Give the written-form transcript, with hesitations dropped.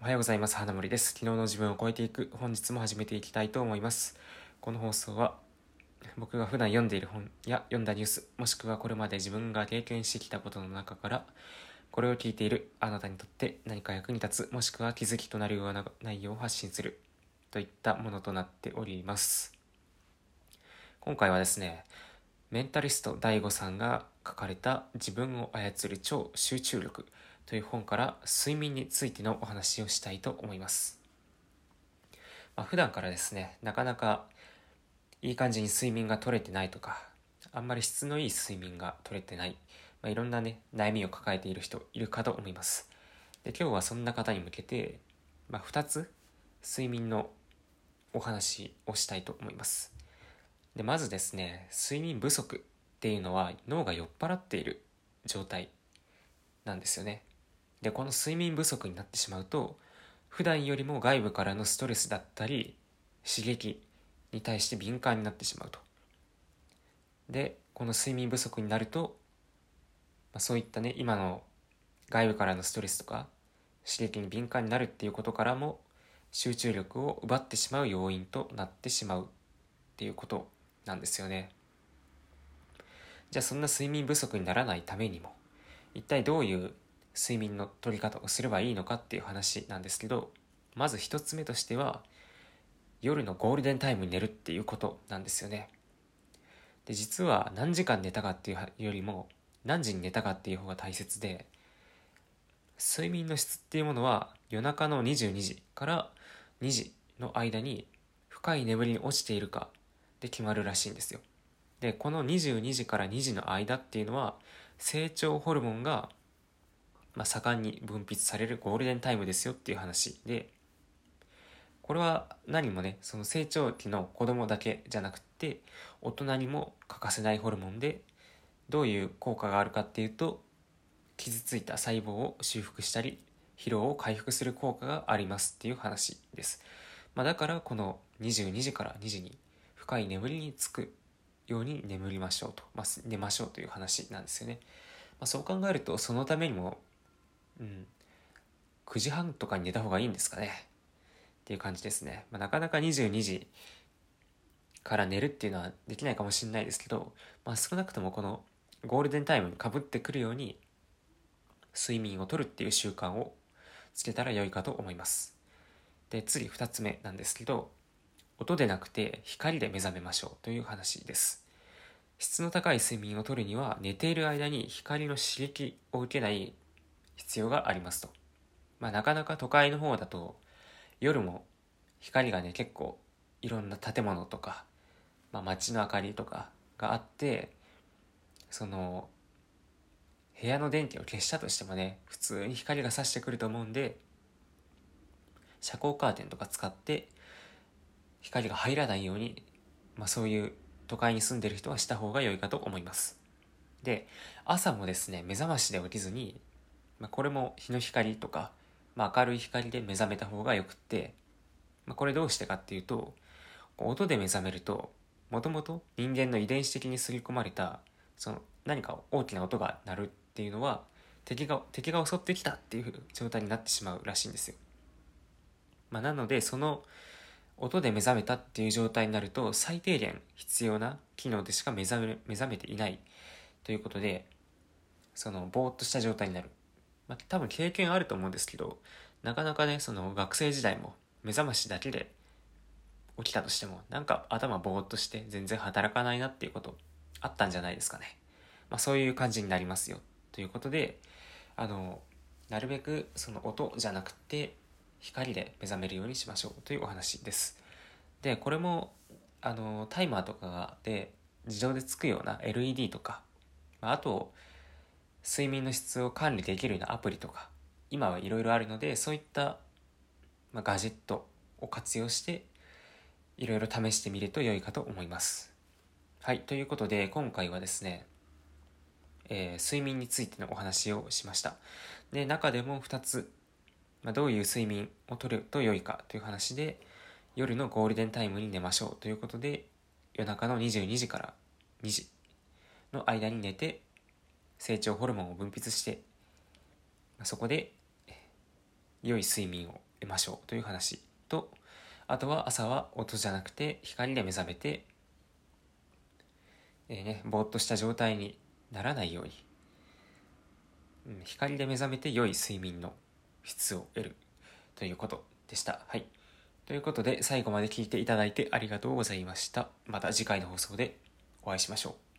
おはようございます。花森です。昨日の自分を超えていく、本日も始めていきたいと思います。この放送は、僕が普段読んでいる本や読んだニュース、もしくはこれまで自分が経験してきたことの中から、これを聞いているあなたにとって何か役に立つ、もしくは気づきとなるような内容を発信する、といったものとなっております。今回はですね、メンタリスト DAIGO さんが書かれた自分を操る超集中力という本から睡眠についてのお話をしたいと思います。普段からですね、なかなかいい感じに睡眠が取れてないとか、あんまり質のいい睡眠が取れてない、いろんなね、悩みを抱えている人いるかと思います。で、今日はそんな方に向けて、2つ睡眠のお話をしたいと思います。で、まずですね、睡眠不足っていうのは脳が酔っ払っている状態なんですよね。で、この睡眠不足になってしまうと、普段よりも外部からのストレスだったり、刺激に対して敏感になってしまうと。で、この睡眠不足になると、そういったね、今の外部からのストレスとか、刺激に敏感になるっていうことからも、集中力を奪ってしまう要因となってしまうっていうことなんですよね。じゃあそんな睡眠不足にならないためにも、一体どういう睡眠の取り方をすればいいのかっていう話なんですけど、まず一つ目としては、夜のゴールデンタイムに寝るっていうことなんですよね。で、実は何時間寝たかっていうよりも、何時に寝たかっていう方が大切で、睡眠の質っていうものは夜中の22時から2時の間に深い眠りに落ちているかで決まるらしいんですよ。で、この22時から2時の間っていうのは、成長ホルモンが盛んに分泌されるゴールデンタイムですよっていう話で、これは何もね、その成長期の子供だけじゃなくて、大人にも欠かせないホルモンで、どういう効果があるかっていうと、傷ついた細胞を修復したり、疲労を回復する効果がありますっていう話です。だからこの22時から2時に深い眠りにつくように眠りましょうと、寝ましょうという話なんですよね。そう考えると、そのためにも、9時半とかに寝た方がいいんですかねっていう感じですね。なかなか22時から寝るっていうのはできないかもしれないですけど、少なくともこのゴールデンタイムにかぶってくるように睡眠をとるっていう習慣をつけたら良いかと思います。で、次2つ目なんですけど、音でなくて光で目覚めましょうという話です。質の高い睡眠をとるには寝ている間に光の刺激を受けない必要がありますと。なかなか都会の方だと夜も光がね結構いろんな建物とか、街の明かりとかがあって、その部屋の電気を消したとしてもね普通に光が差してくると思うんで、遮光カーテンとか使って光が入らないように、そういう都会に住んでる人はした方が良いかと思います。で、朝もですね目覚ましで起きずに、これも日の光とか、明るい光で目覚めた方がよくって、これどうしてかっていうと、音で目覚めると、もともと人間の遺伝子的に刷り込まれた、その何か大きな音が鳴るっていうのは、敵が襲ってきたっていう状態になってしまうらしいんですよ。なので、その音で目覚めたっていう状態になると、最低限必要な機能でしか目覚めていないということで、そのぼーっとした状態になる。多分経験あると思うんですけど、なかなかね、その学生時代も目覚ましだけで起きたとしても、なんか頭ぼーっとして全然働かないなっていうことあったんじゃないですかね。そういう感じになりますよ。ということで、なるべくその音じゃなくて光で目覚めるようにしましょうというお話です。で、これも、タイマーとかで自動でつくような LED とか、あと、睡眠の質を管理できるようなアプリとか、今はいろいろあるので、そういった、ガジェットを活用して、いろいろ試してみると良いかと思います。はい、ということで、今回はですね、睡眠についてのお話をしました。で、中でも2つ、どういう睡眠をとると良いかという話で、夜のゴールデンタイムに寝ましょうということで、夜中の22時から2時の間に寝て、成長ホルモンを分泌して、そこで良い睡眠をましょうという話と、あとは朝は音じゃなくて光で目覚めて、ぼーっとした状態にならないように、光で目覚めて良い睡眠の質を得るということでした。はい。ということで最後まで聞いていただいてありがとうございました。また次回の放送でお会いしましょう。